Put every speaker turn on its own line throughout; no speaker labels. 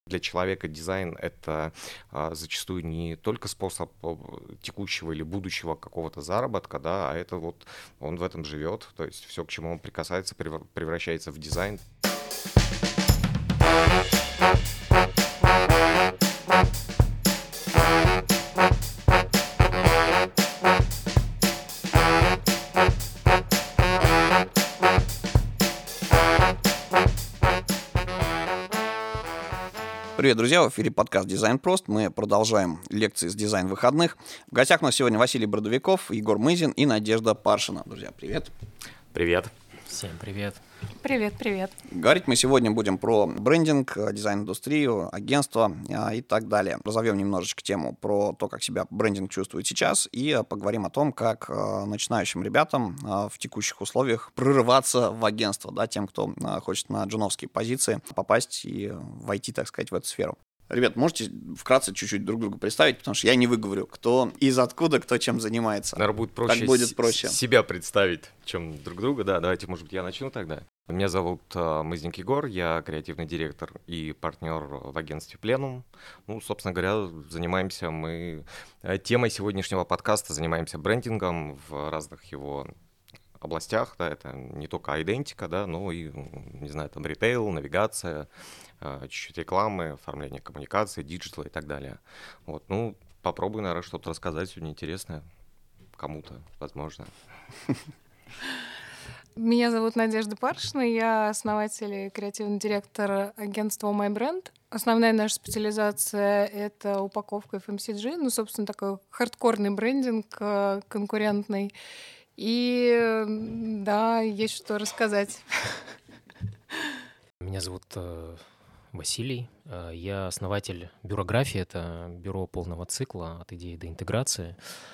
Для человека дизайн — это зачастую не только способ текущего или будущего какого-то заработка, да, а это вот он в этом живет, то есть все, к чему он прикасается, превращается в дизайн.
Привет, друзья! В эфире подкаст «Дизайн прост». Мы продолжаем лекции с дизайн-выходных. В гостях у нас сегодня Василий Бродовиков, Егор Мызин и Надежда Паршина. Друзья, привет!
Привет!
Всем привет!
Привет.
Говорить мы сегодня будем про брендинг, дизайн-индустрию, агентство и так далее. Разовьем немножечко тему про то, как себя брендинг чувствует сейчас, и поговорим о том, как начинающим ребятам в текущих условиях прорываться в агентство, да, тем, кто хочет на джуновские позиции попасть и войти, так сказать, в эту сферу. Ребят, можете вкратце чуть-чуть друг друга представить, потому что я не выговорю, кто из откуда, кто чем занимается.
Наверное, будет проще,
так будет проще
себя представить, чем друг друга. Да, давайте, может быть, я начну тогда. Меня зовут Мызник Егор, я креативный директор и партнер в агентстве Plenum. Ну, собственно говоря, занимаемся мы темой сегодняшнего подкаста, занимаемся брендингом в разных его областях, да, это не только идентика, да, но и, не знаю, там ритейл, навигация, чуть-чуть рекламы, оформление коммуникации, диджитал и так далее. Вот, ну, попробую, наверное, что-то рассказать сегодня интересное кому-то, возможно.
Меня зовут Надежда Паршина, я основатель и креативный директор агентства MyBrand. Основная наша специализация — это упаковка FMCG, ну, собственно, такой хардкорный брендинг, конкурентный. И да, есть что рассказать.
Меня зовут Василий. Я основатель бюрографии. Это бюро полного цикла от идеи до интеграции.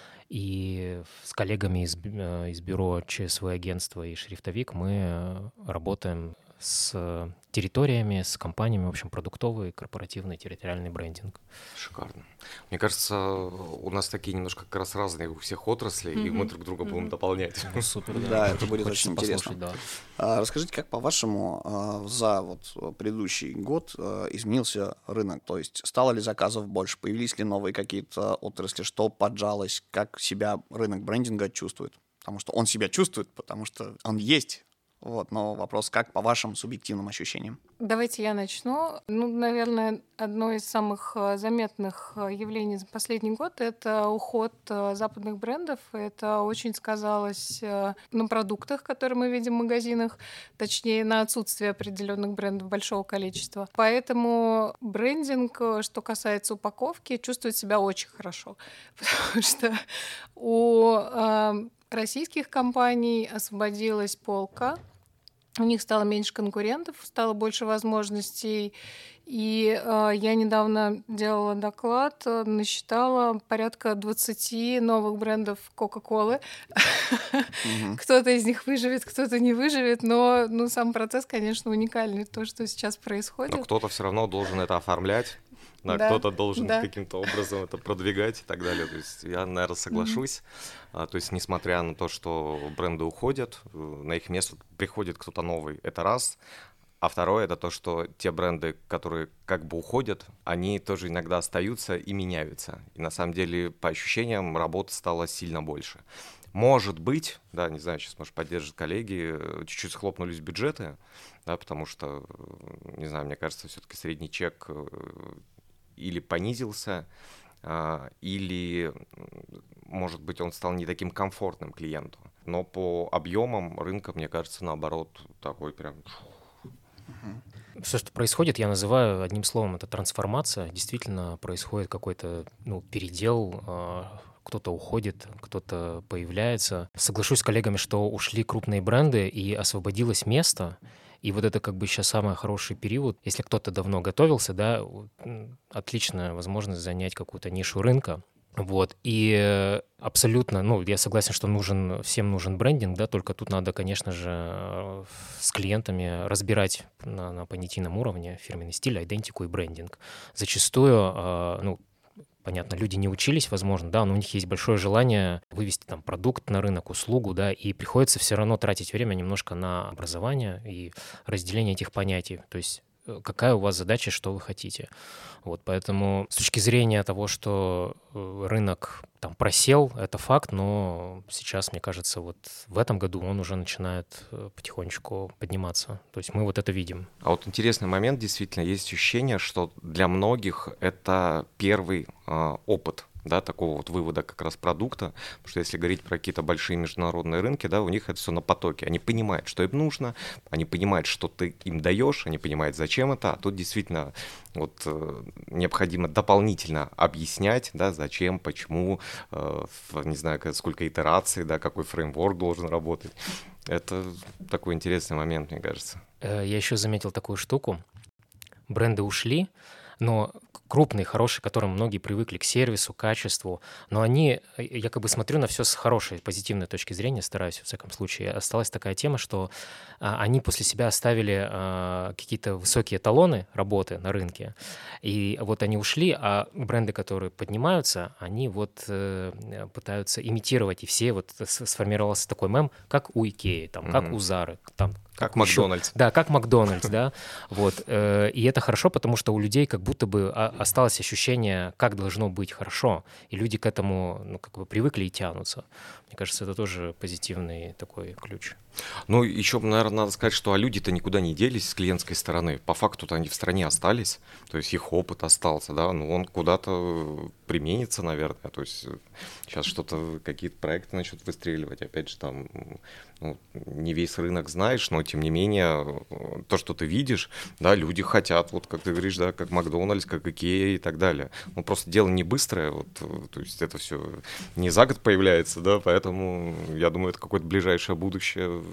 И с коллегами из бюро ЧСВ агентства и Шрифтовик мы работаем с территориями, с компаниями, в общем, продуктовый, корпоративный, территориальный брендинг.
Шикарно. Мне кажется, у нас такие немножко как раз разные у всех отрасли, и мы друг друга будем дополнять.
Ну, супер,
да, это будет
Хочется
очень интересно.
Да.
Расскажите, как, по-вашему, за вот предыдущий год изменился рынок? То есть стало ли заказов больше, появились ли новые какие-то отрасли, что поджалось, как себя рынок брендинга чувствует? Потому что он себя чувствует, потому что он есть. Вот, но вопрос, как по вашим субъективным ощущениям?
Давайте я начну. Ну, наверное, одно из самых заметных явлений за последний год — это уход западных брендов. Это очень сказалось на продуктах, которые мы видим в магазинах, точнее, на отсутствии определенных брендов большого количества. Поэтому брендинг, что касается упаковки, чувствует себя очень хорошо, потому что у российских компаний освободилась полка. У них стало меньше конкурентов, стало больше возможностей. И я недавно делала доклад, насчитала порядка 20 новых брендов Кока-Колы. Кто-то из них выживет, кто-то не выживет, но сам процесс, конечно, уникальный, то, что сейчас происходит.
Но кто-то все равно должен это оформлять. Да, кто-то должен каким-то образом это продвигать и так далее. То есть я, наверное, соглашусь. То есть несмотря на то, что бренды уходят, на их место приходит кто-то новый. Это раз. А второе — это то, что те бренды, которые как бы уходят, они тоже иногда остаются и меняются. И на самом деле, по ощущениям, работы стало сильно больше. Может быть, да, не знаю, сейчас, может, поддержат коллеги, чуть-чуть схлопнулись бюджеты, да, потому что, не знаю, мне кажется, все-таки средний чек или понизился, или, может быть, он стал не таким комфортным клиенту. Но по объемам рынка, мне кажется, наоборот, такой прям...
Все, что происходит, я называю одним словом, это трансформация. Действительно происходит какой-то передел, кто-то уходит, кто-то появляется. Соглашусь с коллегами, что ушли крупные бренды и освободилось место. И вот это как бы сейчас самый хороший период. Если кто-то давно готовился, да, отличная возможность занять какую-то нишу рынка. Вот. И абсолютно, я согласен, что всем нужен брендинг, да, только тут надо, конечно же, с клиентами разбирать на понятийном уровне фирменный стиль, идентику и брендинг. Зачастую, понятно, люди не учились, возможно, да, но у них есть большое желание вывести там продукт на рынок, услугу, да, и приходится все равно тратить время немножко на образование и разделение этих понятий. То есть какая у вас задача, что вы хотите. Вот, поэтому с точки зрения того, что рынок там просел, это факт, но сейчас, мне кажется, вот в этом году он уже начинает потихонечку подниматься. То есть мы вот это видим.
А вот интересный момент, действительно, есть ощущение, что для многих это первый опыт, да, такого вот вывода как раз продукта, потому что если говорить про какие-то большие международные рынки, да, у них это все на потоке, они понимают, что им нужно, они понимают, что ты им даешь, они понимают, зачем это, а тут действительно вот необходимо дополнительно объяснять, да, зачем, почему, не знаю, сколько итераций, да, какой фреймворк должен работать. Это такой интересный момент, мне кажется.
Я еще заметил такую штуку. Бренды ушли, но крупные, хорошие, к которым многие привыкли, к сервису, качеству, но они, я как бы смотрю на все с хорошей, позитивной точки зрения, стараюсь, в всяком случае. Осталась такая тема, что они после себя оставили какие-то высокие эталоны работы на рынке, и вот они ушли, а бренды, которые поднимаются, они вот пытаются имитировать, и все вот сформировался такой мем, как у Икеи, там, как у Зары, там,
как Макдональдс.
Да, как Макдональдс, да. Вот. И это хорошо, потому что у людей как будто бы осталось ощущение, как должно быть хорошо. И люди к этому, ну, как бы привыкли и тянутся. Мне кажется, это тоже позитивный такой ключ.
Ну, еще, наверное, надо сказать, что люди-то никуда не делись с клиентской стороны. По факту-то они в стране остались, то есть их опыт остался, да, но он куда-то применится, наверное. То есть сейчас что-то, какие-то проекты начнут выстреливать. Опять же, там, ну, не весь рынок знаешь, но тем не менее, то, что ты видишь, да, люди хотят, вот как ты говоришь, да, как Макдональдс, как Икея и так далее. Ну, просто дело не быстрое, вот, то есть это все не за год появляется, да, поэтому я думаю, это какое-то ближайшее будущее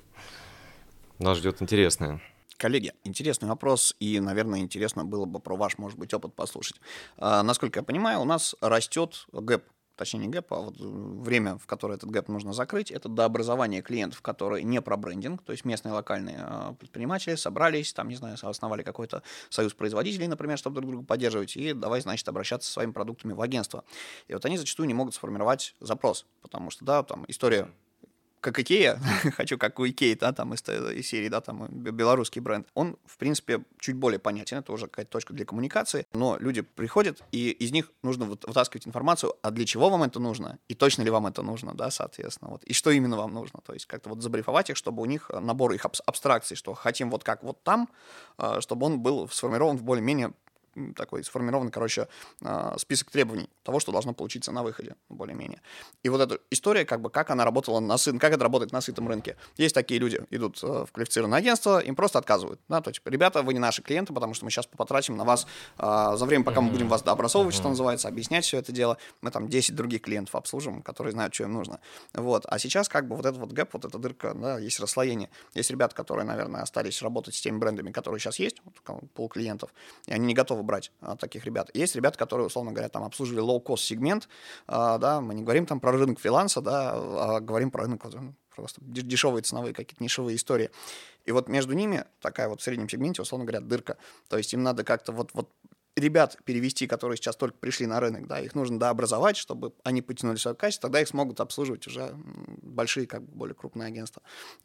нас ждет интересное.
Коллеги, интересный вопрос, и, наверное, интересно было бы про ваш, может быть, опыт послушать. Насколько я понимаю, у нас растет гэп, точнее не гэп, а вот время, в которое этот гэп нужно закрыть, это до образования клиентов, которые не про брендинг, то есть местные локальные предприниматели собрались, там, не знаю, основали какой-то союз производителей, например, чтобы друг друга поддерживать, и давай, значит, обращаться со своими продуктами в агентство. И вот они зачастую не могут сформировать запрос, потому что, да, там история как Икея, хочу как у Икеи, да, там из серии, да, там белорусский бренд, он, в принципе, чуть более понятен, это уже какая-то точка для коммуникации, но люди приходят, и из них нужно вытаскивать информацию, а для чего вам это нужно, и точно ли вам это нужно, да, соответственно, вот, и что именно вам нужно, то есть как-то вот забрифовать их, чтобы у них набор их абстракций, что хотим вот как вот там, чтобы он был сформирован в более-менее такой сформированный, короче, список требований того, что должно получиться на выходе, более-менее. И вот эта история, как бы, как она работала как это работает на сытом рынке. Есть такие люди, идут в квалифицированное агентство, им просто отказывают. Да? То есть, ребята, вы не наши клиенты, потому что мы сейчас потратим на вас за время, пока мы будем вас дообразовывать, что называется, объяснять все это дело. Мы там 10 других клиентов обслуживаем, которые знают, что им нужно. Вот. А сейчас как бы вот этот вот гэп, вот эта дырка, да, есть расслоение. Есть ребята, которые, наверное, остались работать с теми брендами, которые сейчас есть, вот, пол клиентов, и они не готовы брать таких ребят. Есть ребята, которые, условно говоря, там обслуживали low-cost сегмент, да, мы не говорим там про рынок фриланса, да, а говорим про рынок просто дешевые ценовые какие-то нишевые истории. И вот между ними такая вот в среднем сегменте, условно говоря, дырка. То есть им надо как-то вот ребят перевести, которые сейчас только пришли на рынок, да, их нужно дообразовать, чтобы они потянули свое качество, тогда их смогут обслуживать уже большие, как бы более крупные агентства.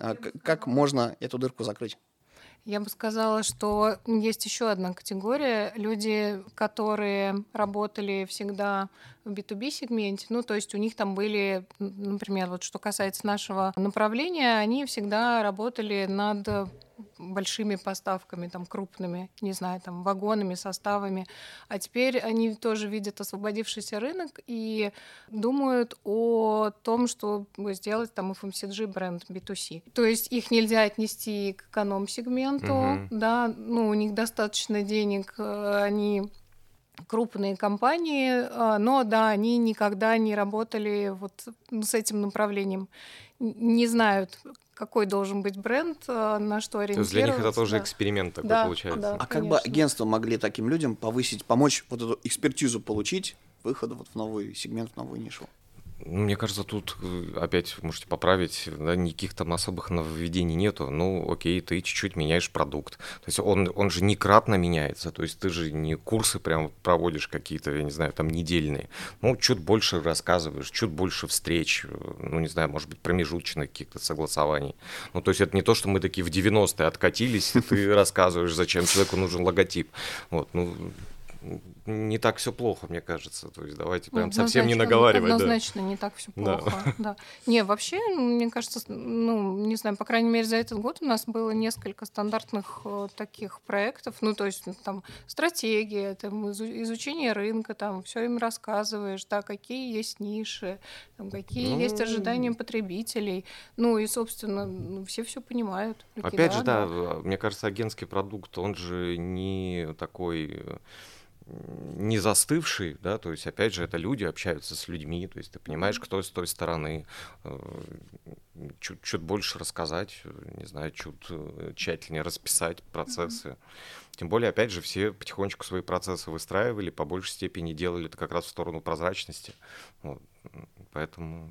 Как можно эту дырку закрыть?
Я бы сказала, что есть еще одна категория. Люди, которые работали всегда в B2B-сегменте, ну, то есть у них там были, например, вот что касается нашего направления, они всегда работали над большими поставками, там, крупными, не знаю, там, вагонами, составами. А теперь они тоже видят освободившийся рынок и думают о том, чтобы сделать там FMCG-бренд B2C. То есть их нельзя отнести к эконом-сегменту, да, ну, у них достаточно денег, они крупные компании, но, да, они никогда не работали вот с этим направлением, не знают, какой должен быть бренд, на что ориентироваться.
То есть для них это тоже эксперимент такой, да, получается.
Да, а как бы агентство могли таким людям повысить, помочь вот эту экспертизу получить, выхода вот в новый сегмент, в новую нишу?
Мне кажется, тут опять можете поправить, да, никаких там особых нововведений нету. Ну, окей, ты чуть-чуть меняешь продукт. То есть он же не кратно меняется, то есть ты же не курсы прям проводишь какие-то, я не знаю, там недельные. Ну, чуть больше рассказываешь, чуть больше встреч, ну, не знаю, может быть, промежуточных каких-то согласований. Ну, то есть это не то, что мы такие в 90-е откатились, и ты рассказываешь, зачем человеку нужен логотип. Вот, ну, не так все плохо, мне кажется. То есть давайте прям совсем не наговаривать.
Однозначно, не так все плохо. Да. Не, вообще, мне кажется, ну, не знаю, по крайней мере, за этот год у нас было несколько стандартных таких проектов. Ну, то есть там стратегия, там, изучение рынка, там все им рассказываешь, да, какие есть ниши, там, какие есть ожидания потребителей. Ну, и, собственно, все понимают.
Опять же, да, мне кажется, агентский продукт, он же не такой... не застывший, да, то есть, опять же, это люди общаются с людьми, то есть ты понимаешь, кто с той стороны, чуть больше рассказать, не знаю, чуть тщательнее расписать процессы. Тем более, опять же, все потихонечку свои процессы выстраивали, по большей степени делали это как раз в сторону прозрачности. Вот. Поэтому...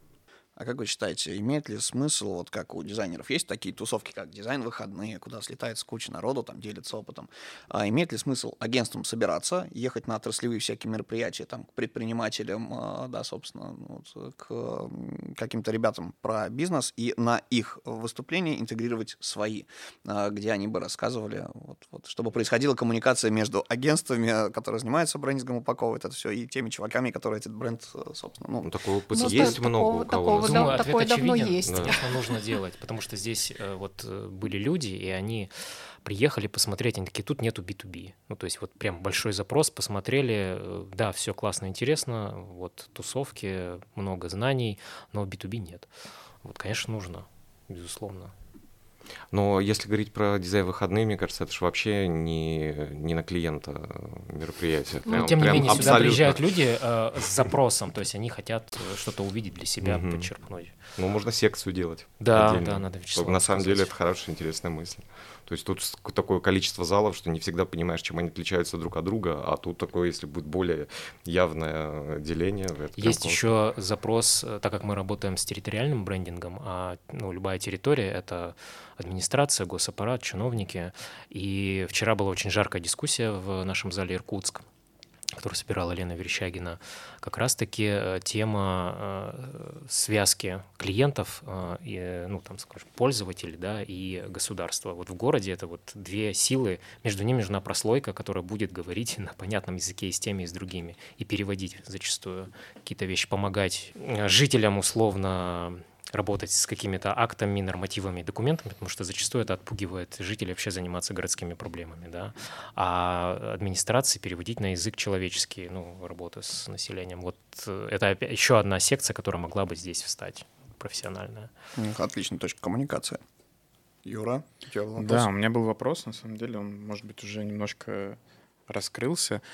А как вы считаете, имеет ли смысл, вот как у дизайнеров есть такие тусовки, как дизайн-выходные, куда слетается куча народу, там делится опытом, а имеет ли смысл агентствам собираться, ехать на отраслевые всякие мероприятия, там, к предпринимателям, да, собственно, вот, к каким-то ребятам про бизнес, и на их выступления интегрировать свои, где они бы рассказывали, вот, чтобы происходила коммуникация между агентствами, которые занимаются брендингом, упаковывают это все, и теми чуваками, которые этот бренд, собственно,
ну такого опыта есть много у кого.
Думаю,
такое давно
очевиден,
есть.
Конечно, нужно делать, потому что здесь вот были люди, и они приехали посмотреть, они такие, тут нету B2B. Ну, то есть вот прям большой запрос, посмотрели, да, все классно, интересно, вот тусовки, много знаний, но B2B нет. Вот, конечно, нужно, безусловно.
Но если говорить про дизайн-выходные, мне кажется, это же вообще не на клиента мероприятие.
Но, тем не менее, абсолютно... сюда приезжают люди с запросом, то есть они хотят что-то увидеть для себя, подчеркнуть.
Ну, можно секцию делать.
Да,
отдельно.
Да, надо Вячеславу
На самом
сказать.
деле это хорошая, интересная мысль. То есть тут такое количество залов, что не всегда понимаешь, чем они отличаются друг от друга, а тут такое, если будет более явное деление.
Есть еще запрос, так как мы работаем с территориальным брендингом, а любая территория — это администрация, госаппарат, чиновники. И вчера была очень жаркая дискуссия в нашем зале «Иркутск», которую собирала Лена Верещагина, как раз-таки тема связки клиентов, и, скажем, пользователей, да, и государства. Вот в городе это вот две силы, между ними нужна прослойка, которая будет говорить на понятном языке и с теми, и с другими, и переводить зачастую какие-то вещи, помогать жителям условно работать с какими-то актами, нормативами, документами, потому что зачастую это отпугивает жителей вообще заниматься городскими проблемами, да, а администрации переводить на язык человеческий, работу с населением. Вот это еще одна секция, которая могла бы здесь встать, профессиональная.
Отличная точка коммуникации. Юра, у тебя был вопрос?
Да, у меня был вопрос, на самом деле, он, может быть, уже немножко раскрылся.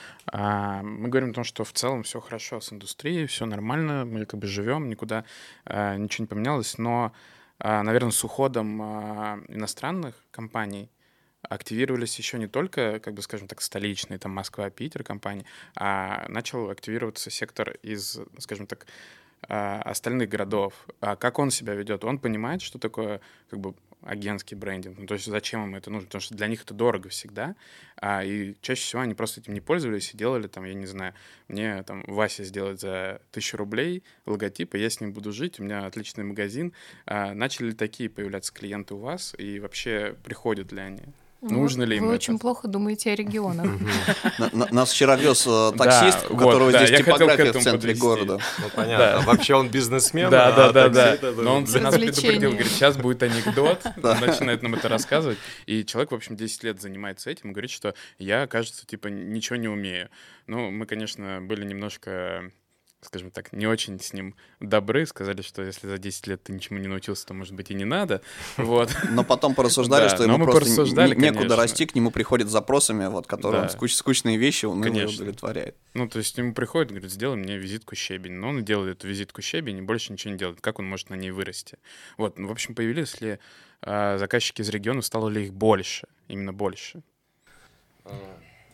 Мы говорим о том, что в целом все хорошо с индустрией, все нормально, мы как бы живем, никуда ничего не поменялось, но, наверное, с уходом иностранных компаний активировались еще не только, как бы, скажем так, столичные, там, Москва, Питер компании, а начал активироваться сектор из, скажем так, остальных городов. А как он себя ведет? Он понимает, что такое, как бы, агентский брендинг, то есть зачем им это нужно, потому что для них это дорого всегда, и чаще всего они просто этим не пользовались и делали, там, я не знаю, мне там Вася сделает за 1000 рублей логотип, и я с ним буду жить, у меня отличный магазин. Начали ли такие появляться клиенты у вас, и вообще приходят ли они? Нужно ли им
Вы
это?
очень плохо думаете о регионах.
Нас вчера вез таксист, у которого здесь типография в центре города.
Ну, понятно. Вообще он бизнесмен.
Да. Но он нас
развлечение.
предупредил, говорит, сейчас будет анекдот, он начинает нам это рассказывать. И человек, в общем, 10 лет занимается этим и говорит, что я, кажется, типа, ничего не умею. Ну, мы, конечно, были немножко, скажем так, не очень с ним добры, сказали, что если за 10 лет ты ничему не научился, то, может быть, и не надо. Вот.
Но потом порассуждали,
Да,
что
но
ему
мы
просто
порассуждали,
некуда
конечно.
расти, к нему приходят с запросами, которые
Да.
он скучные вещи, он его
Конечно.
удовлетворяет.
Ну, то есть ему приходит, говорит, сделай мне визитку щебень. Но он делает эту визитку щебень и больше ничего не делает. Как он может на ней вырасти? Вот, в общем, появились ли заказчики из региона, стало ли их больше? Именно больше?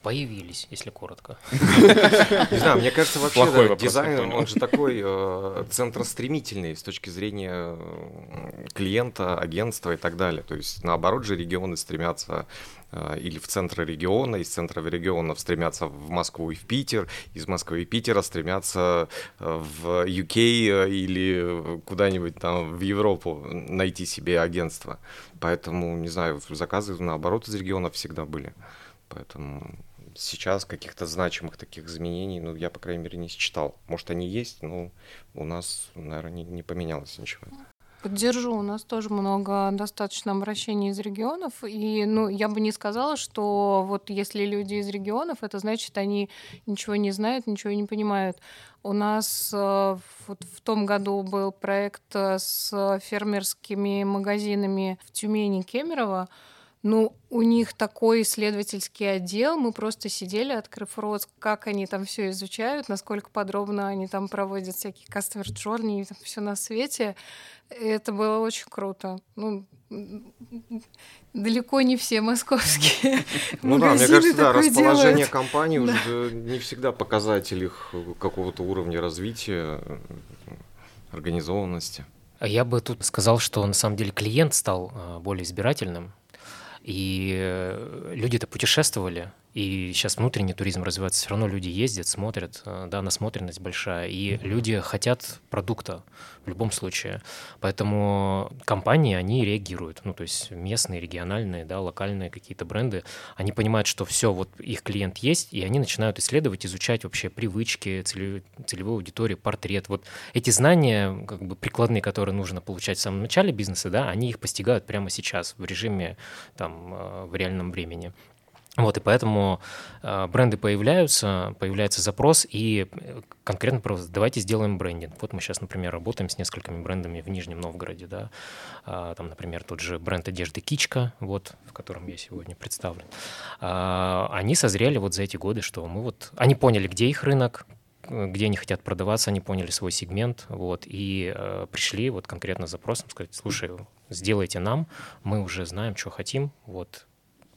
Появились, если коротко.
Не знаю, мне кажется,
Плохой
вообще
вопрос,
дизайн, он же такой центростремительный с точки зрения клиента, агентства и так далее. То есть, наоборот же, регионы стремятся или в центр региона, из центра регионов стремятся в Москву и в Питер, из Москвы и Питера стремятся в UK или куда-нибудь там в Европу найти себе агентство. Поэтому, не знаю, заказы, наоборот, из регионов всегда были. Поэтому сейчас каких-то значимых таких изменений, ну, я, по крайней мере, не считал. Может, они есть, но у нас, наверное, не поменялось ничего.
Поддержу, у нас тоже много достаточно обращений из регионов, и, ну, я бы не сказала, что вот если люди из регионов, это значит, они ничего не знают, ничего не понимают. У нас вот в том году был проект с фермерскими магазинами в Тюмени, Кемерово. Ну, у них такой исследовательский отдел, мы просто сидели, открыв рот, как они там все изучают, насколько подробно они там проводят всякие customer journey, и все на свете. Это было очень круто. Ну, далеко не все московские
Ну да, мне
магазины
кажется, да,
такое
расположение
делают.
компаний уже не всегда показатель их какого-то уровня развития, организованности.
А я бы тут сказал, что на самом деле клиент стал более избирательным, и люди-то путешествовали, и сейчас внутренний туризм развивается, все равно люди ездят, смотрят, да, насмотренность большая, и люди хотят продукта в любом случае. Поэтому компании, они реагируют, ну, то есть местные, региональные, да, локальные какие-то бренды, они понимают, что все, вот их клиент есть, и они начинают исследовать, изучать вообще привычки, целевую аудиторию, портрет. Вот эти знания, как бы прикладные, которые нужно получать в самом начале бизнеса, да, они их постигают прямо сейчас в режиме, там, в реальном времени. Вот, и поэтому бренды появляется запрос, и конкретно просто давайте сделаем брендинг. Вот мы сейчас, например, работаем с несколькими брендами в Нижнем Новгороде, да, там, например, тот же бренд одежды Кичка, вот, в котором я сегодня представлен. Они созрели вот за эти годы, что мы вот, они поняли, где их рынок, где они хотят продаваться, они поняли свой сегмент, вот, и пришли вот конкретно с запросом, сказать, слушай, сделайте нам, мы уже знаем, что хотим, вот.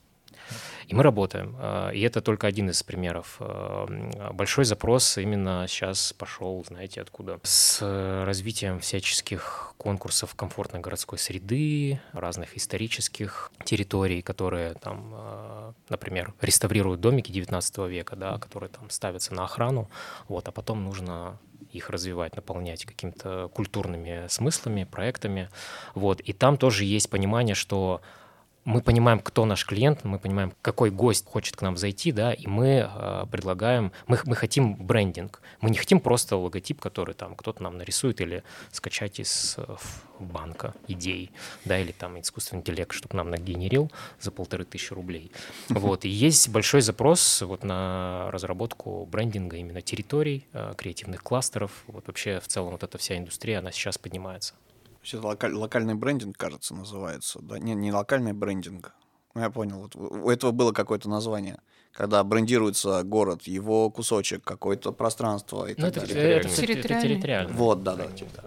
И мы работаем. И это только один из примеров. Большой запрос именно сейчас пошел, знаете, откуда? С развитием всяческих конкурсов комфортной городской среды, разных исторических территорий, которые там, например, реставрируют домики 19 века, да, которые там ставятся на охрану, вот, а потом нужно их развивать, наполнять какими-то культурными смыслами, проектами. Вот. И там тоже есть понимание, что мы понимаем, кто наш клиент, мы понимаем, какой гость хочет к нам зайти, да, и мы предлагаем, мы хотим брендинг. Мы не хотим просто логотип, который там кто-то нам нарисует или скачать из банка идей, да, или там искусственный интеллект, чтобы нам нагенерил за 1500 рублей. Вот, и есть большой запрос вот на разработку брендинга именно территорий, креативных кластеров. Вот вообще в целом вот эта вся индустрия, она сейчас поднимается.
Это локальный брендинг, кажется, называется. Да? Не локальный брендинг. Ну, я понял. Вот у этого было какое-то название. Когда брендируется город, его кусочек, какое-то пространство и так далее.
Это территориально.
Вот, да.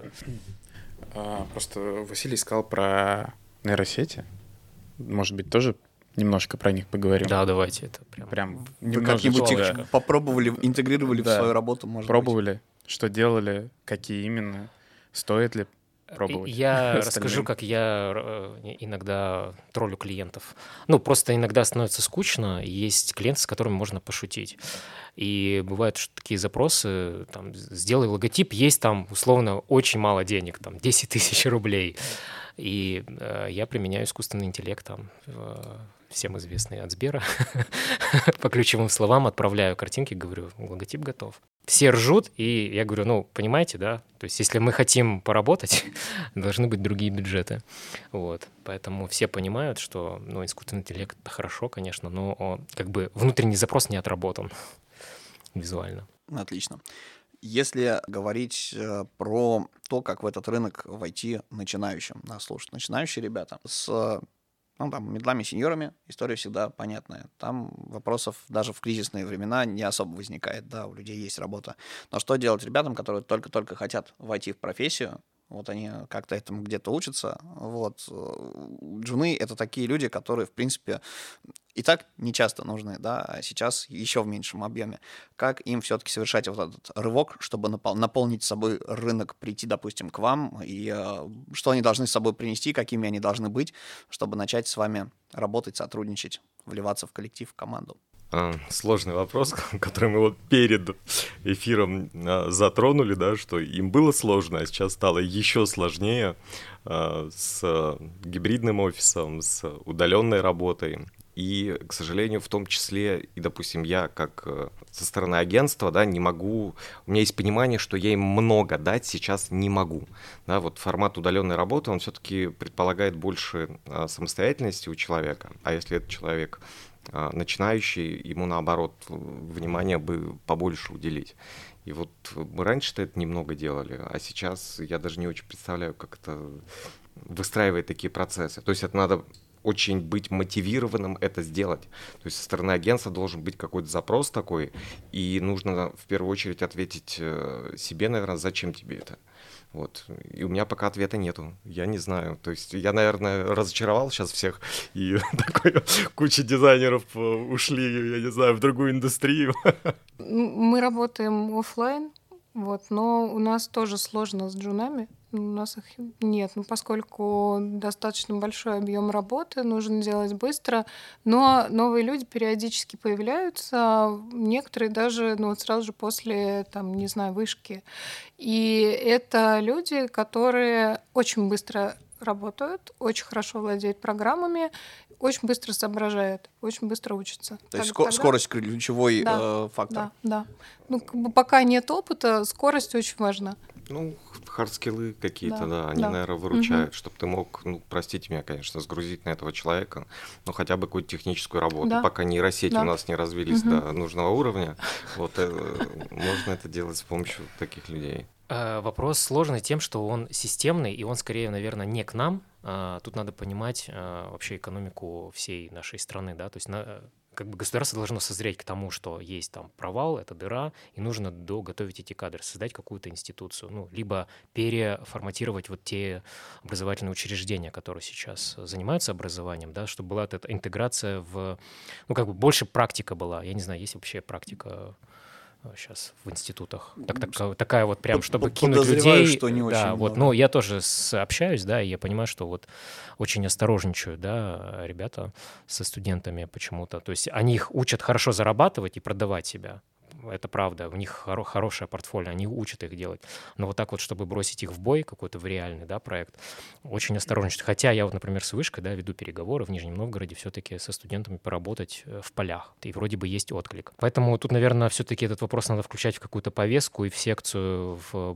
Просто Василий сказал про нейросети. Может быть, тоже немножко про них поговорим?
Да, давайте. Это
прям
Вы как-нибудь их попробовали, интегрировали в свою работу, может
Пробовали,
быть?
что делали, какие именно, стоит ли пробовать?
Я расскажу, как я иногда троллю клиентов. Ну, просто иногда становится скучно, есть клиенты, с которыми можно пошутить. И бывают такие запросы, там, сделай логотип, есть там, условно, очень мало денег, там, 10 тысяч рублей. И я применяю искусственный интеллект, там, всем известный от Сбера, по ключевым словам отправляю картинки, говорю, логотип готов. Все ржут, и я говорю, ну, понимаете, да, то есть если мы хотим поработать, должны быть другие бюджеты. Вот, поэтому все понимают, что, ну, искусственный интеллект — это хорошо, конечно, но как бы внутренний запрос не отработан визуально.
Отлично. Если говорить про то, как в этот рынок войти начинающим, нас слушают начинающие ребята, с медлами, сеньорами история всегда понятная. Там вопросов даже в кризисные времена не особо возникает, да, у людей есть работа. Но что делать ребятам, которые только-только хотят войти в профессию, вот они как-то этому где-то учатся. Вот. Джуны — это такие люди, которые, в принципе, и так не часто нужны, да, а сейчас еще в меньшем объеме. Как им все-таки совершать вот этот рывок, чтобы наполнить собой рынок, прийти, допустим, к вам, и что они должны с собой принести, какими они должны быть, чтобы начать с вами работать, сотрудничать, вливаться в коллектив, в команду?
Сложный вопрос, который мы вот перед эфиром затронули, да, что им было сложно, а сейчас стало еще сложнее с гибридным офисом, с удаленной работой. И, к сожалению, в том числе, и, допустим, я как со стороны агентства, да, не могу, у меня есть понимание, что я им много дать сейчас не могу. Да, вот формат удаленной работы, он все-таки предполагает больше самостоятельности у человека, а если этот человек начинающий, ему, наоборот, внимание бы побольше уделить. И вот мы раньше-то это немного делали, а сейчас я даже не очень представляю, как это выстраивает такие процессы. То есть это надо очень быть мотивированным это сделать. То есть со стороны агентства должен быть какой-то запрос такой, и нужно в первую очередь ответить себе, наверное, зачем тебе это. Вот. И у меня пока ответа нету. Я не знаю. То есть я, наверное, разочаровал сейчас всех, и куча дизайнеров ушли, я не знаю, в другую индустрию.
Мы работаем офлайн, вот, но у нас тоже сложно с джунами. У нас их нет, поскольку достаточно большой объем работы, нужно делать быстро, но новые люди периодически появляются, некоторые даже сразу же после, не знаю, вышки. И это люди, которые очень быстро работают, очень хорошо владеют программами, очень быстро соображают, очень быстро учатся.
То есть скорость ключевой фактор.
Да. Пока нет опыта, скорость очень важна.
Хардскиллы какие-то, они, наверное, выручают, чтобы ты мог, простите меня, конечно, сгрузить на этого человека, но хотя бы какую-то техническую работу, пока нейросети у нас не развились до нужного уровня, вот можно это делать с помощью таких людей.
Вопрос сложный тем, что он системный, и он скорее, наверное, не к нам. Тут надо понимать вообще экономику всей нашей страны, да, то есть как бы государство должно созреть к тому, что есть там провал, это дыра, и нужно доготовить эти кадры, создать какую-то институцию, либо переформатировать вот те образовательные учреждения, которые сейчас занимаются образованием, да, чтобы была эта интеграция больше практика была. Я не знаю, есть вообще практика сейчас в институтах. Такая вот прям, чтобы кинуть людей.
Что не очень
много. Я тоже общаюсь, да, и я понимаю, что вот очень осторожничают, да, ребята со студентами почему-то. То есть они их учат хорошо зарабатывать и продавать себя. Это правда, у них хорошее портфолио, они учат их делать. Но вот так вот, чтобы бросить их в бой, какой-то в реальный, да, проект, очень осторожничать. Хотя я вот, например, с вышкой, да, веду переговоры в Нижнем Новгороде все-таки со студентами поработать в полях. И вроде бы есть отклик. Поэтому тут, наверное, все-таки этот вопрос надо включать в какую-то повестку и в секцию, в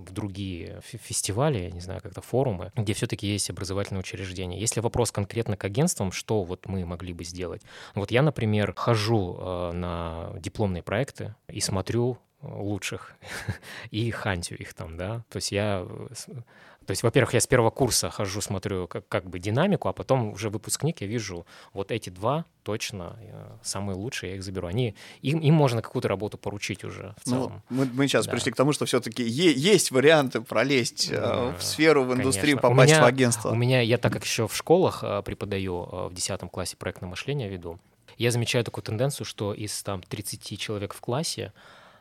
другие фестивали, я не знаю, как-то форумы, где все-таки есть образовательные учреждения. Если вопрос конкретно к агентствам, что вот мы могли бы сделать? Вот я, например, хожу на дипломные проекты, и смотрю лучших и хантю их там, да. То есть, во-первых, я с первого курса хожу, смотрю как бы динамику, а потом уже выпускник я вижу вот эти два точно самые лучшие, я их заберу. Им можно какую-то работу поручить уже в целом.
Мы сейчас пришли к тому, что все-таки есть варианты пролезть в сферу, в индустрию,
конечно.
попасть в агентство.
Я так как еще в школах преподаю, в 10 классе проектное мышление веду, я замечаю такую тенденцию, что из 30 человек в классе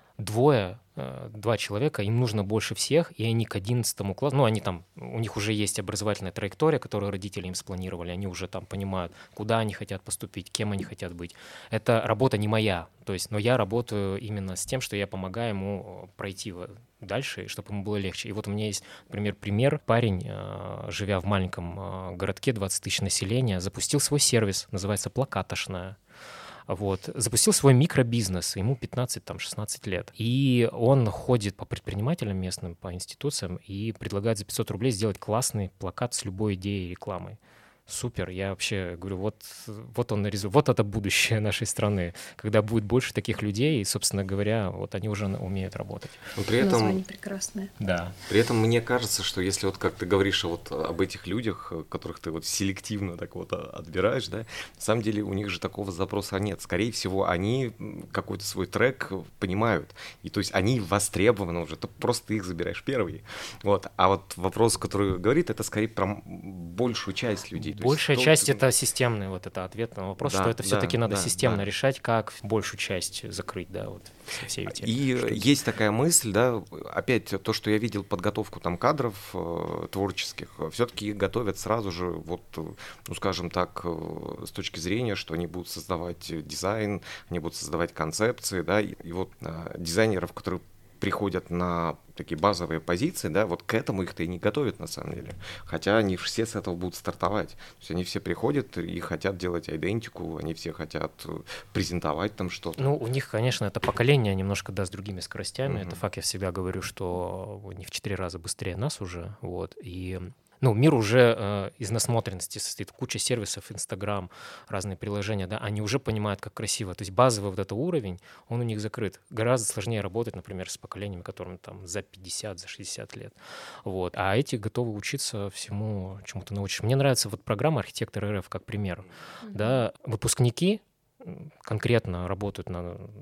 два человека, им нужно больше всех, и они к 11 классу, у них уже есть образовательная траектория, которую родители им спланировали, они уже там понимают, куда они хотят поступить, кем они хотят быть. Это работа не моя, но я работаю именно с тем, что я помогаю ему пройти дальше, чтобы ему было легче. И вот у меня есть, например, пример. Парень, живя в маленьком городке, 20 тысяч населения, запустил свой сервис, называется «Плакатошная». Запустил свой микробизнес, ему 15-16 лет. И он ходит по предпринимателям местным, по институциям и предлагает за 500 рублей сделать классный плакат с любой идеей и рекламой. Супер, я вообще говорю, вот он вот это будущее нашей страны, когда будет больше таких людей, и, собственно говоря, вот они уже умеют работать.
Но при этом,
название прекрасное.
Да.
При этом мне кажется, что если вот как ты говоришь вот об этих людях, которых ты вот селективно так вот отбираешь, да, на самом деле у них же такого запроса нет. Скорее всего, они какой-то свой трек понимают, и то есть они востребованы уже, ты просто их забираешь первые. Вот. А вот вопрос, который говорит, это скорее про большую часть людей.
Большая часть — это системный вот это ответ на вопрос,
Да,
что это все-таки надо
да,
системно
да.
решать, как большую часть закрыть, да, вот все эти
И
штуки.
есть такая мысль, да, опять то, что я видел подготовку там кадров творческих, все-таки готовят сразу же, вот, ну, скажем так, с точки зрения, что они будут создавать дизайн, они будут создавать концепции, да, и вот дизайнеров, которые приходят на такие базовые позиции, да, вот к этому их-то и не готовят на самом деле. Хотя они все с этого будут стартовать. То есть они все приходят и хотят делать идентику, они все хотят презентовать там что-то.
Ну, у них, конечно, это поколение немножко, да, с другими скоростями. Это факт, я всегда говорю, что они в 4 раза быстрее нас уже, вот, и... Ну, мир уже из насмотренности состоит, куча сервисов, Инстаграм, разные приложения, да, они уже понимают, как красиво. То есть базовый вот этот уровень, он у них закрыт. Гораздо сложнее работать, например, с поколениями, которым там за 50, за 60 лет. Вот. А эти готовы учиться всему, чему-то научишь. Мне нравится вот программа «Архитектор РФ» как пример. Да, выпускники конкретно работают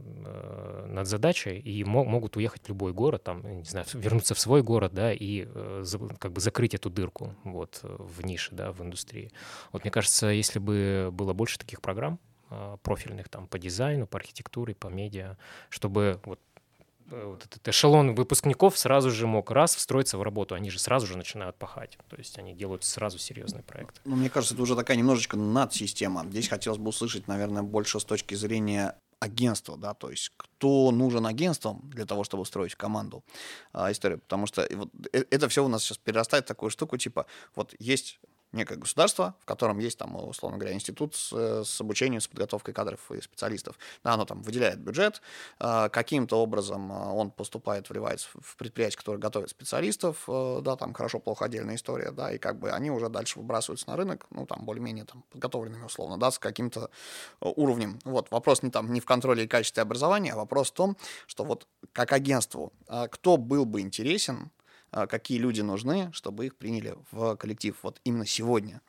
над задачей и могут уехать в любой город, там, не знаю, вернуться в свой город, да, и как бы закрыть эту дырку вот в нише, да, в индустрии. Вот мне кажется, если бы было больше таких программ профильных там по дизайну, по архитектуре, по медиа, чтобы вот этот эшелон выпускников сразу же мог встроиться в работу. Они же сразу же начинают пахать. То есть они делают сразу серьезные проекты.
Ну, мне кажется, это уже такая немножечко надсистема. Здесь хотелось бы услышать, наверное, больше с точки зрения агентства, да, то есть кто нужен агентствам для того, чтобы устроить команду историю, потому что вот это все у нас сейчас перерастает в такую штуку, типа вот есть некое государство, в котором есть там, условно говоря, институт с обучением, с подготовкой кадров и специалистов. Да, оно там выделяет бюджет, каким-то образом он поступает, вливается в предприятие, которое готовит специалистов, да, там хорошо-плохо отдельная история, да, и как бы они уже дальше выбрасываются на рынок, ну, там, более-менее там подготовленными, условно, да, с каким-то уровнем. Вот, вопрос не в контроле и качестве образования, а вопрос в том, что вот как агентству, кто был бы интересен, какие люди нужны, чтобы их приняли в коллектив вот именно сегодня.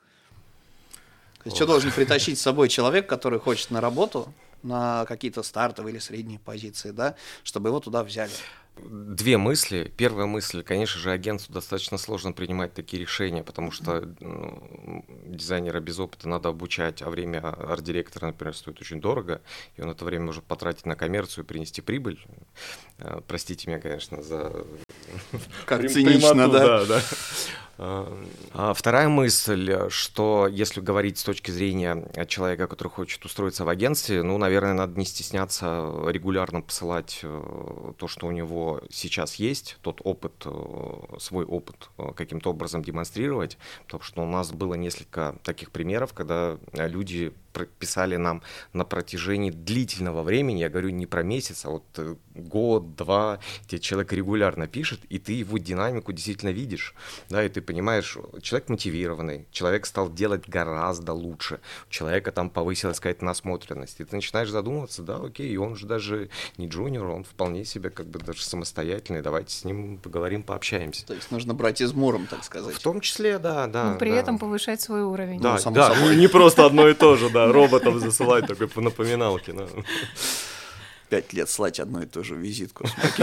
То есть, что должен притащить с собой человек, который хочет на работу, на какие-то стартовые или средние позиции, да, чтобы его туда взяли?
Две мысли. Первая мысль, конечно же, агентству достаточно сложно принимать такие решения, потому что дизайнера без опыта надо обучать, а время арт-директора, например, стоит очень дорого, и он это время может потратить на коммерцию и принести прибыль. Простите меня, конечно, за...
Как цинично, да.
А вторая мысль, что если говорить с точки зрения человека, который хочет устроиться в агентстве, ну, наверное, надо не стесняться регулярно посылать то, что у него сейчас есть, тот опыт, свой опыт каким-то образом демонстрировать, потому что у нас было несколько таких примеров, когда люди писали нам на протяжении длительного времени, я говорю не про месяц, а вот год, два, тебе человек регулярно пишет, и ты его динамику действительно видишь, да, и ты понимаешь, человек мотивированный, человек стал делать гораздо лучше, у человека там повысилась какая-то насмотренность, и ты начинаешь задумываться, да, окей, и он же даже не джуниор, он вполне себе как бы даже самостоятельный, давайте с ним поговорим, пообщаемся.
То есть нужно брать измором, так сказать.
В том числе, да.
Но при этом повышать свой уровень.
Да, не просто одно и то же, да, роботов засылать такой по напоминалке.
5 лет слать одну и ту же визитку.
Ну,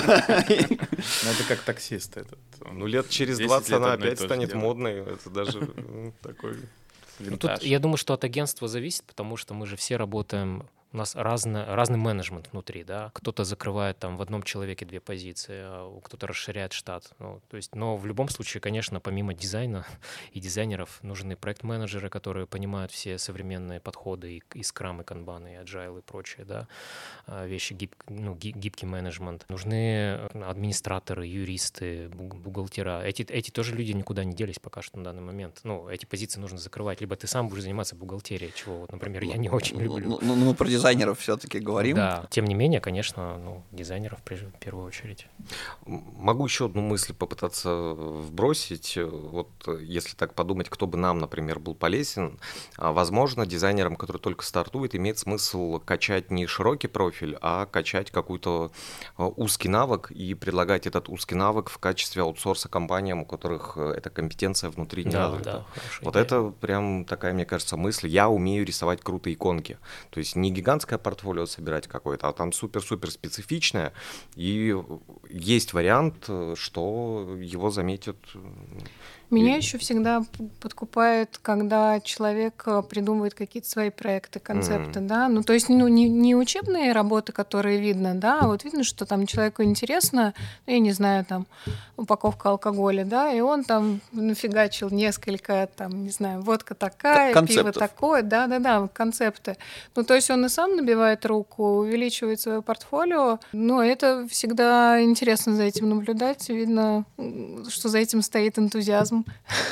это как таксист.
Ну, лет через 20 она опять станет модной. Это даже такой винтаж.
Тут, я думаю, что от агентства зависит, потому что мы же все работаем... У нас разный менеджмент внутри, да. Кто-то закрывает там в одном человеке 2 позиции, а кто-то расширяет штат. Ну, то есть, но в любом случае, конечно, помимо дизайна и дизайнеров нужны проект-менеджеры, которые понимают все современные подходы и скрам, и канбан, и agile, и прочее, да, вещи, гибкий менеджмент. Нужны администраторы, юристы, бухгалтера. Эти тоже люди никуда не делись пока что на данный момент. Ну, эти позиции нужно закрывать. Либо ты сам будешь заниматься бухгалтерией, чего, вот, например, я не очень люблю.
Ну, про дизайнеров все-таки говорим.
Да, тем не менее, конечно, дизайнеров в первую очередь.
Могу еще одну мысль попытаться вбросить. Вот если так подумать, кто бы нам, например, был полезен, возможно, дизайнерам, которые только стартуют, имеет смысл качать не широкий профиль, а качать какой-то узкий навык и предлагать этот узкий навык в качестве аутсорса компаниям, у которых эта компетенция внутри не развита. Вот идея. Это прям такая, мне кажется, мысль. Я умею рисовать крутые иконки. То есть не гигантское портфолио собирать какое-то, а там супер-супер специфичное. И есть вариант, что его заметят.
Меня еще всегда подкупает, когда человек придумывает какие-то свои проекты, концепты, да, то есть не учебные работы, которые видно, да, а вот видно, что там человеку интересно, я не знаю, там упаковка алкоголя, да, и он там нафигачил несколько, там, не знаю, водка такая, пиво такое, да, концепты. То есть он и сам набивает руку, увеличивает свое портфолио, но это всегда интересно за этим наблюдать, видно, что за этим стоит энтузиазм.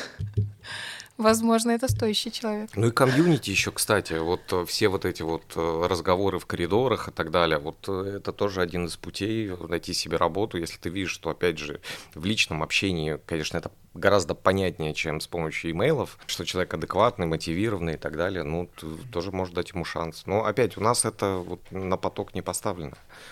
Возможно, это стоящий человек.
И комьюнити еще, кстати, вот все вот эти вот разговоры в коридорах и так далее, вот это тоже один из путей найти себе работу, если ты видишь, что, опять же, в личном общении, конечно, это гораздо понятнее, чем с помощью имейлов, что человек адекватный, мотивированный и так далее, тоже может дать ему шанс. Но опять, у нас это вот на поток не поставлено.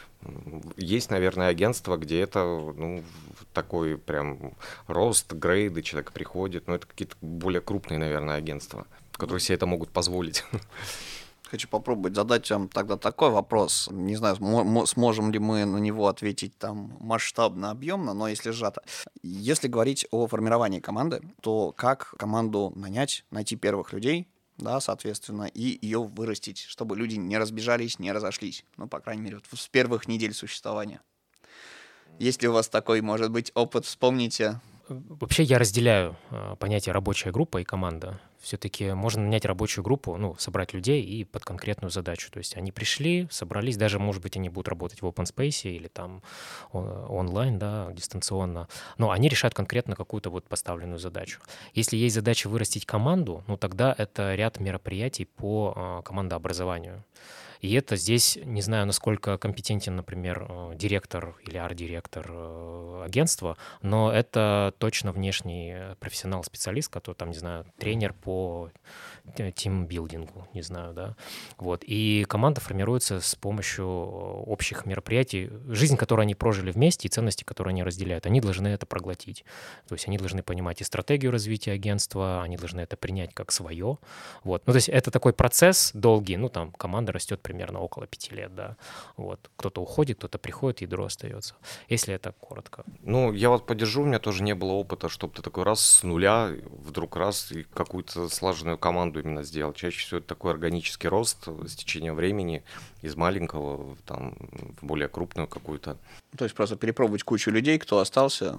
Есть, наверное, агентства, где это такой прям рост, грейды, человек приходит, но это какие-то более крупные, наверное, агентства, которые себе это могут позволить.
Хочу попробовать задать вам тогда такой вопрос. Не знаю, сможем ли мы на него ответить там масштабно, объемно, но если сжато. Если говорить о формировании команды, то как команду найти первых людей, да, соответственно, и ее вырастить, чтобы люди не разбежались, не разошлись. По крайней мере, вот с первых недель существования. Есть ли у вас такой, может быть, опыт? Вспомните.
Вообще я разделяю понятие рабочая группа и команда. Все-таки можно нанять рабочую группу, собрать людей и под конкретную задачу. То есть они пришли, собрались, даже, может быть, они будут работать в open space или там онлайн, да, дистанционно, но они решают конкретно какую-то вот поставленную задачу. Если есть задача вырастить команду, тогда это ряд мероприятий по командообразованию. И это здесь, не знаю, насколько компетентен, например, директор или арт-директор агентства, но это точно внешний профессионал-специалист, который там, не знаю, тренер по тимбилдингу, не знаю, да. Вот. И команда формируется с помощью общих мероприятий, жизнь, которую они прожили вместе, и ценности, которые они разделяют. Они должны это проглотить. То есть они должны понимать и стратегию развития агентства, они должны это принять как свое. Вот. То есть это такой процесс долгий, там команда растет примерно около 5 лет, да. Вот. Кто-то уходит, кто-то приходит, ядро остается. Если это коротко.
Я вот поддержу, у меня тоже не было опыта, чтобы ты такой раз с нуля, вдруг раз и какую-то слаженную команду именно сделал. Чаще всего это такой органический рост с течением времени из маленького там, в более крупную какую-то.
То есть просто перепробовать кучу людей, кто остался?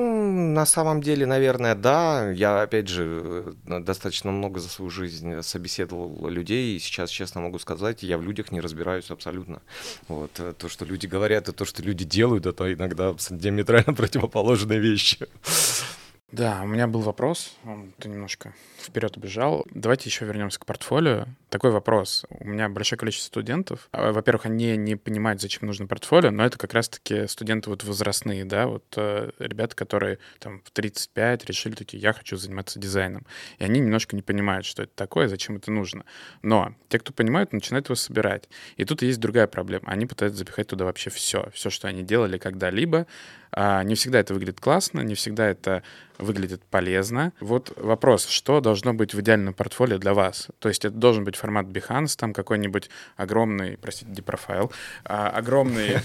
На самом деле, наверное, да. Я, опять же, достаточно много за свою жизнь собеседовал людей, и сейчас, честно могу сказать, я в людях не разбираюсь абсолютно. Вот. То, что люди говорят, и то, что люди делают, это иногда диаметрально противоположные вещи.
Да, у меня был вопрос, ты немножко вперед убежал. Давайте еще вернемся к портфолио. Такой вопрос. У меня большое количество студентов. Во-первых, они не понимают, зачем нужно портфолио, но это как раз-таки студенты вот возрастные, да, вот ребята, которые там в 35 решили такие, я хочу заниматься дизайном. И они немножко не понимают, что это такое, зачем это нужно. Но те, кто понимают, начинают его собирать. И тут есть другая проблема. Они пытаются запихать туда вообще все, что они делали когда-либо. Не всегда это выглядит классно, не всегда это выглядит полезно. Вот вопрос, что должно быть в идеальном портфолио для вас? То есть это должен быть формат Behance, там какой-нибудь огромный, простите, депрофайл, огромный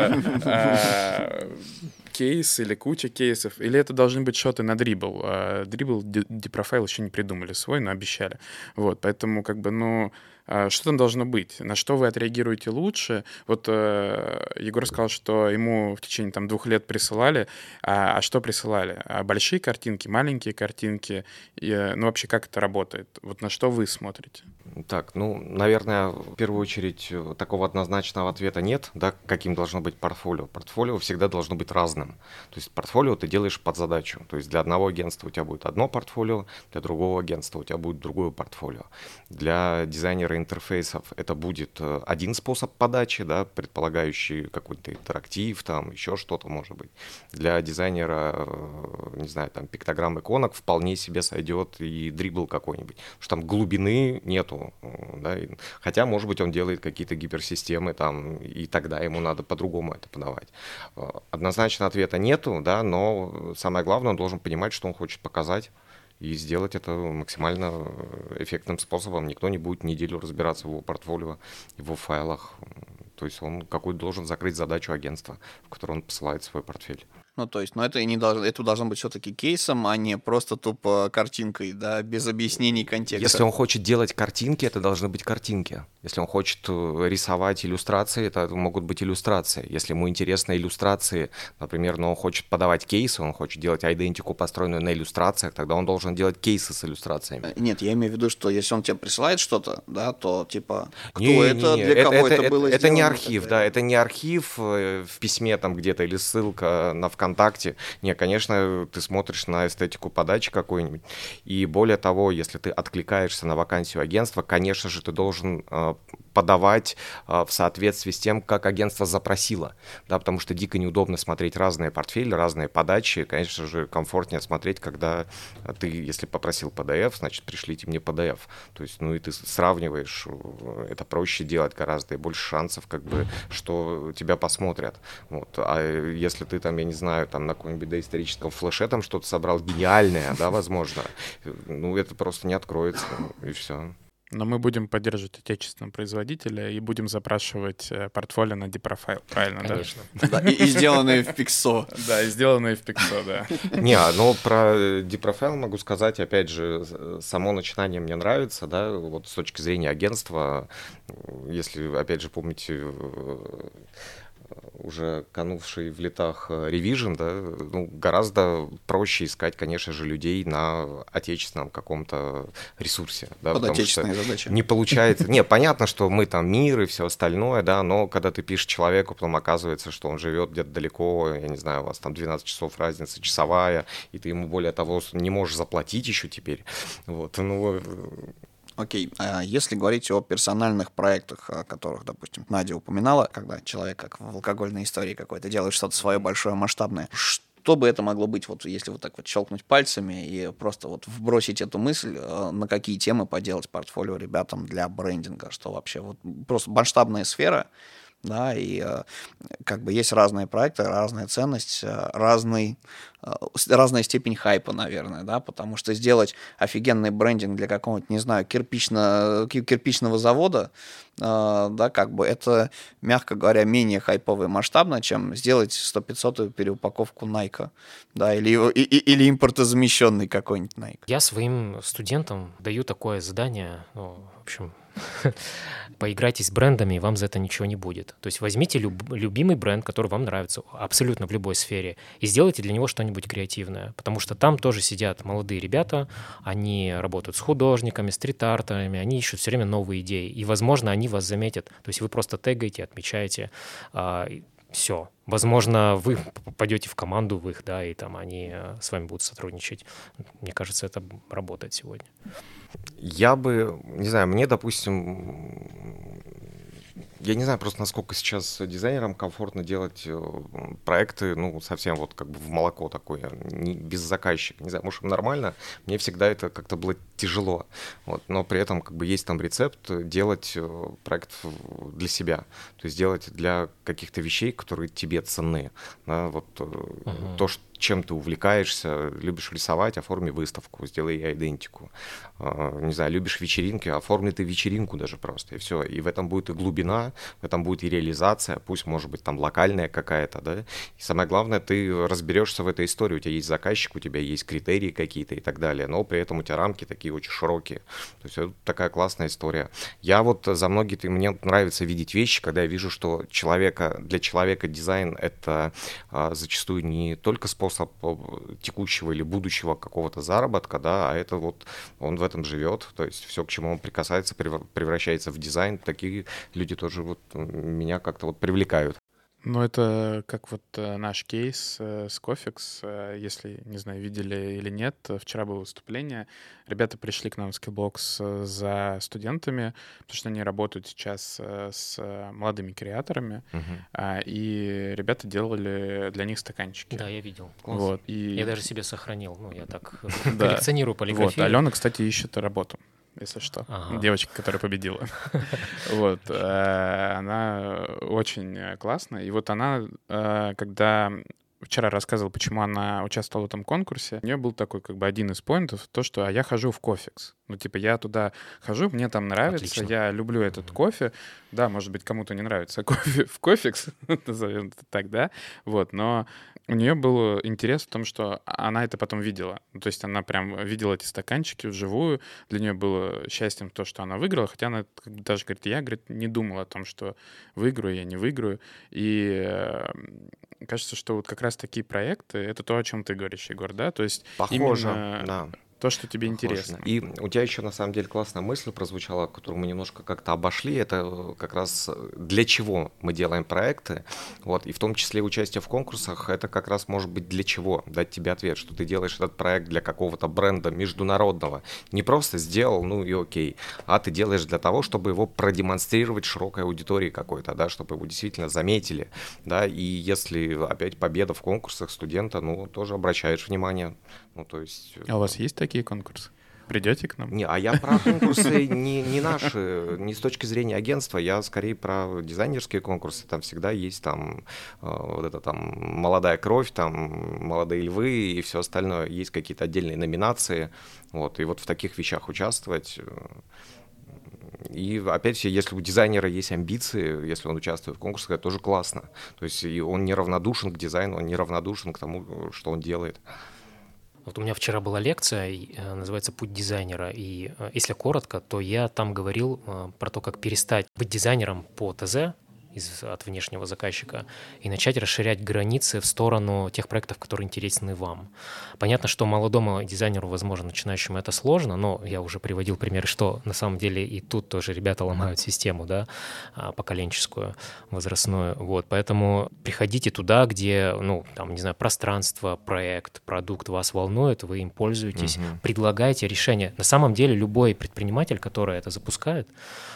просто кейс или куча кейсов, или это должны быть шоты на Dribbble. Dribbble, депрофайл еще не придумали свой, но обещали. Вот, поэтому что там должно быть? На что вы отреагируете лучше? Вот Егор сказал, что ему в течение 2 лет присылали. А что присылали? Большие картинки, маленькие картинки? Вообще, как это работает? Вот на что вы смотрите?
Так, наверное, в первую очередь такого однозначного ответа нет, да, каким должно быть портфолио. Портфолио всегда должно быть разным. То есть портфолио ты делаешь под задачу. То есть для одного агентства у тебя будет одно портфолио, для другого агентства у тебя будет другое портфолио. Для дизайнера дизайнера интерфейсов это будет один способ подачи, да, предполагающий какой-то интерактив, там еще что-то может быть. Для дизайнера, не знаю, там пиктограмм иконок вполне себе сойдет и дрибл какой-нибудь, потому что там глубины нету, да, хотя, может быть, он делает какие-то гиперсистемы там, и тогда ему надо по-другому это подавать. Однозначно ответа нету, да, но самое главное, он должен понимать, что он хочет показать, и сделать это максимально эффектным способом. Никто не будет неделю разбираться в его портфолио, его файлах. То есть он какую-то должен закрыть задачу агентства, в которое он посылает свой портфель.
Ну, то есть, но это не должно, это должно быть все-таки кейсом, а не просто тупо картинкой, да, без объяснений контекста.
Если он хочет делать картинки, это должны быть картинки. Если он хочет рисовать иллюстрации, это могут быть иллюстрации. Если ему интересны иллюстрации, например, но он хочет подавать кейсы, он хочет делать айдентику, построенную на иллюстрациях, тогда он должен делать кейсы с иллюстрациями.
Нет, я имею в виду, что если он тебе присылает что-то, да, то типа, кто это, для кого это было сделано.
Это не архив, да, это не архив в письме там где-то или ссылка на ВКонтакте. Не, конечно, ты смотришь на эстетику подачи какой-нибудь. И более того, если ты откликаешься на вакансию агентства, конечно же, ты должен подавать в соответствии с тем, как агентство запросило. Да, потому что дико неудобно смотреть разные портфели, разные подачи. Конечно же, комфортнее смотреть, когда ты, если попросил PDF, значит, пришлите мне PDF. То есть, ну и ты сравниваешь, это проще делать гораздо, и больше шансов, как бы, что тебя посмотрят. Вот. А если ты там, я не знаю, там на каком-нибудь доисторическом флеше там что-то собрал гениальное, да, возможно, ну это просто не откроется, и все.
Но мы будем поддерживать отечественного производителя и будем запрашивать портфолио на Deprofile, правильно?
Конечно.
Да, и сделанные в Pixo.
Да, и сделанные в Pixo, да.
Не, ну про Deprofile могу сказать, опять же, само начинание мне нравится, да, вот с точки зрения агентства, если, опять же, помните, уже канувший в летах Revision, да, ну, гораздо проще искать, конечно же, людей на отечественном каком-то ресурсе. Да,
под отечественные задачи.
Не получается. Не, понятно, что мы там мир и все остальное, да, но когда ты пишешь человеку, потом оказывается, что он живет где-то далеко, я не знаю, у вас там 12 часов разница часовая, и ты ему, более того, не можешь заплатить еще теперь. Вот, ну...
Окей, а если говорить о персональных проектах, о которых, допустим, Надя упоминала, когда человек, как в алкогольной истории какой-то, делает что-то свое большое, масштабное, что бы это могло быть, вот если вот так вот щелкнуть пальцами и просто вот вбросить эту мысль, на какие темы поделать портфолио ребятам для брендинга, что вообще вот просто масштабная сфера, да, и как бы есть разные проекты, разная ценность, разная степень хайпа, наверное, да, потому что сделать офигенный брендинг для какого-нибудь, не знаю, кирпичного завода, да, как бы это, мягко говоря, менее хайпово и масштабно, чем сделать 100-500 переупаковку Nike, да, или импортозамещенный какой-нибудь Nike.
Я своим студентам даю такое задание, ну, в общем, поиграйтесь с брендами, и вам за это ничего не будет. То есть возьмите любимый бренд, который вам нравится абсолютно в любой сфере, и сделайте для него что-нибудь креативное, потому что там тоже сидят молодые ребята, они работают с художниками, стрит-артерами, они ищут все время новые идеи, и, возможно, они вас заметят. То есть вы просто тегаете, отмечаете, все. Возможно, вы попадете в команду в их, да, и там они с вами будут сотрудничать. Мне кажется, это работает сегодня.
Я бы, не знаю, мне, допустим, я не знаю просто, насколько сейчас дизайнерам комфортно делать проекты, ну, совсем вот как бы в молоко такое, без заказчика. Не знаю, может, нормально, мне всегда это как-то было тяжело. Вот, но при этом как бы есть там рецепт делать проект для себя, то есть делать для каких-то вещей, которые тебе ценны. Да, вот то, чем ты увлекаешься, любишь рисовать, оформи выставку, сделай айдентику. Не знаю, любишь вечеринки, оформи ты вечеринку даже просто, и все. И в этом будет и глубина, в этом будет и реализация, пусть, может быть, там локальная какая-то, да. И самое главное, ты разберешься в этой истории, у тебя есть заказчик, у тебя есть критерии какие-то и так далее, но при этом у тебя рамки такие очень широкие. То есть это такая классная история. Я вот за многие, мне нравится видеть вещи, когда я вижу, что для человека дизайн — это зачастую не только способ текущего или будущего какого-то заработка, да, а это вот он в этом живет, то есть все, к чему он прикасается, превращается в дизайн. Такие люди тоже вот меня как-то вот привлекают.
Ну, это как вот наш кейс с Cofix. Если, не знаю, видели или нет, вчера было выступление. Ребята пришли к нам в Skillbox за студентами, потому что они работают сейчас с молодыми креаторами, и ребята делали для них стаканчики.
Да, я видел.
Вот,
Я даже себе сохранил. Ну, я так коллекционирую полиграфию.
Вот, Алена, кстати, ищет работу, если что. Девочка, которая победила. Вот. Она очень классная. И вот она, когда вчера рассказывала, почему она участвовала в этом конкурсе, у нее был такой как бы один из поинтов, то, что я хожу в Cofix. Ну, типа, я туда хожу, мне там нравится, отлично. Я люблю этот кофе. Да, может быть, кому-то не нравится кофе в Cofix, назовем это так, да? Вот, но у нее был интерес в том, что она это потом видела. То есть она прям видела эти стаканчики вживую. Для нее было счастьем то, что она выиграла, хотя она даже говорит, я, говорит, не думала о том, что выиграю, я не выиграю. И кажется, что вот как раз такие проекты — это то, о чем ты говоришь, Егор, да? То есть
похоже,
именно
да.
То, что тебе интересно.
И у тебя еще, на самом деле, классная мысль прозвучала, которую мы немножко как-то обошли. Это как раз для чего мы делаем проекты. Вот. И в том числе участие в конкурсах, это как раз может быть для чего. Дать тебе ответ, что ты делаешь этот проект для какого-то бренда международного. Не просто сделал, ну и окей. А ты делаешь для того, чтобы его продемонстрировать широкой аудитории какой-то, да, чтобы его действительно заметили. Да. И если опять победа в конкурсах студента, ну, тоже обращаешь внимание. Ну, то есть...
А у вас есть такие конкурсы? Придете к нам?
Не, а я про конкурсы не наши, не с точки зрения агентства, я скорее про дизайнерские конкурсы. Там всегда есть там вот это там молодая кровь, там молодые львы и все остальное. Есть какие-то отдельные номинации. Вот, и вот в таких вещах участвовать. И опять же, если у дизайнера есть амбиции, если он участвует в конкурсах, это тоже классно. То есть и он неравнодушен к дизайну, он неравнодушен к тому, что он делает.
Вот у меня вчера была лекция, называется «Путь дизайнера», и если коротко, то я там говорил про то, как перестать быть дизайнером по ТЗ от внешнего заказчика и начать расширять границы в сторону тех проектов, которые интересны вам. Понятно, что молодому дизайнеру, возможно, начинающему это сложно, но я уже приводил примеры, что на самом деле и тут тоже ребята ломают систему, да, поколенческую, возрастную. Вот, поэтому приходите туда, где, ну, там, не знаю, пространство, проект, продукт вас волнует, вы им пользуетесь, предлагайте решение. На самом деле любой предприниматель, который это запускает,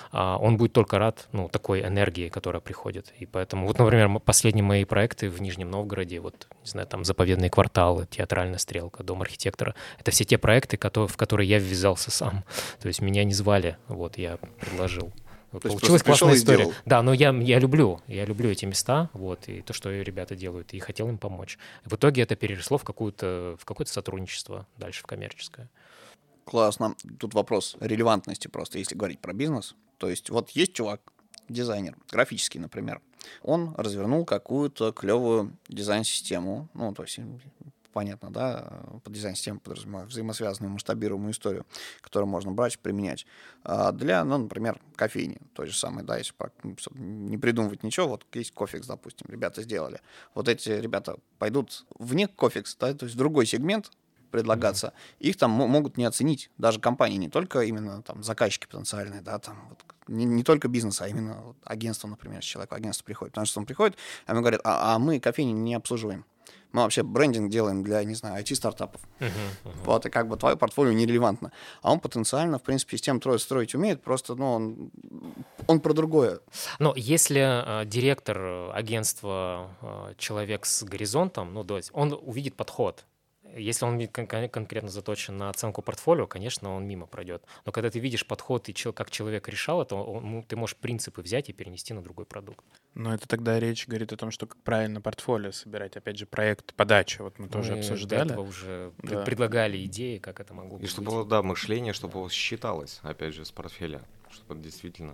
он будет только рад, ну, такой энергии, которая приходит. И поэтому, вот, например, последние мои проекты в Нижнем Новгороде, вот, не знаю, там «Заповедные кварталы», «Театральная стрелка», «Дом архитектора», это все те проекты, в которые я ввязался сам. То есть меня не звали, вот, я предложил. Получилась классная история. Да, но я люблю эти места, вот, и то, что ребята делают, и хотел им помочь. В итоге это переросло в какое-то сотрудничество дальше, в коммерческое.
Классно. Тут вопрос релевантности просто, если говорить про бизнес. То есть вот есть чувак, дизайнер, графический, например. Он развернул какую-то клевую дизайн-систему. Ну, то есть, понятно, да, под дизайн-системой подразумеваю взаимосвязанную масштабируемую историю, которую можно брать, применять. Для, ну, например, кофейни. То же самое, да, если не придумывать ничего, вот есть Cofix, допустим, ребята сделали. Вот эти ребята пойдут вне Cofix, да, то есть в другой сегмент, предлагаться, их там могут не оценить. Даже компании, не только именно там заказчики потенциальные, да, там вот, не только бизнес, а именно вот, агентство, например, человек в агентство приходит. Потому что он приходит, а ему говорят, а мы кофейни не обслуживаем. Мы вообще брендинг делаем для, не знаю, IT-стартапов. Вот, и как бы твое портфолио нерелевантно. А он потенциально, в принципе, систему строить умеет, просто, ну, он про другое.
Но если директор агентства человек с горизонтом, ну, он увидит подход. Если он конкретно заточен на оценку портфолио, конечно, он мимо пройдет. Но когда ты видишь подход и как человек решал это, ты можешь принципы взять и перенести на другой продукт.
Но это тогда речь говорит о том, что как правильно портфолио собирать. Опять же, проект подачи, вот мы тоже обсуждали.
До этого уже предлагали идеи, как это могло быть.
И чтобы было, да, мышление, чтобы его считалось, опять же, с портфеля, чтобы это действительно...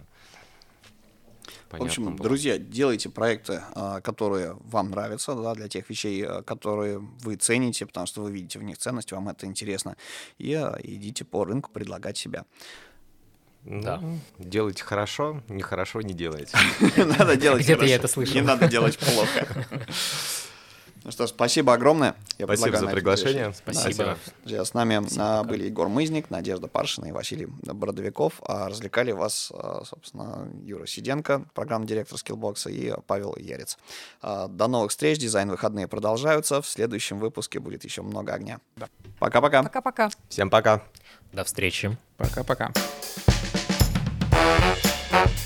В общем, друзья, делайте проекты, которые вам нравятся, да, для тех вещей, которые вы цените, потому что вы видите в них ценность, вам это интересно, и идите по рынку предлагать себя.
Да. Делайте хорошо, нехорошо не делайте.
Надо делать
хорошо. Где-то я это слышал.
Не надо делать плохо. Ну что ж, спасибо огромное.
Спасибо за приглашение.
Спасибо.
С нами были Егор Мызник, Надежда Паршина и Василий Бродовиков. А развлекали вас, собственно, Юра Сиденко, программный директор Skillbox, и Павел Ярец. До новых встреч. Дизайн-выходные продолжаются. В следующем выпуске будет еще много огня. Пока-пока.
Пока-пока.
Всем пока.
До встречи.
Пока-пока.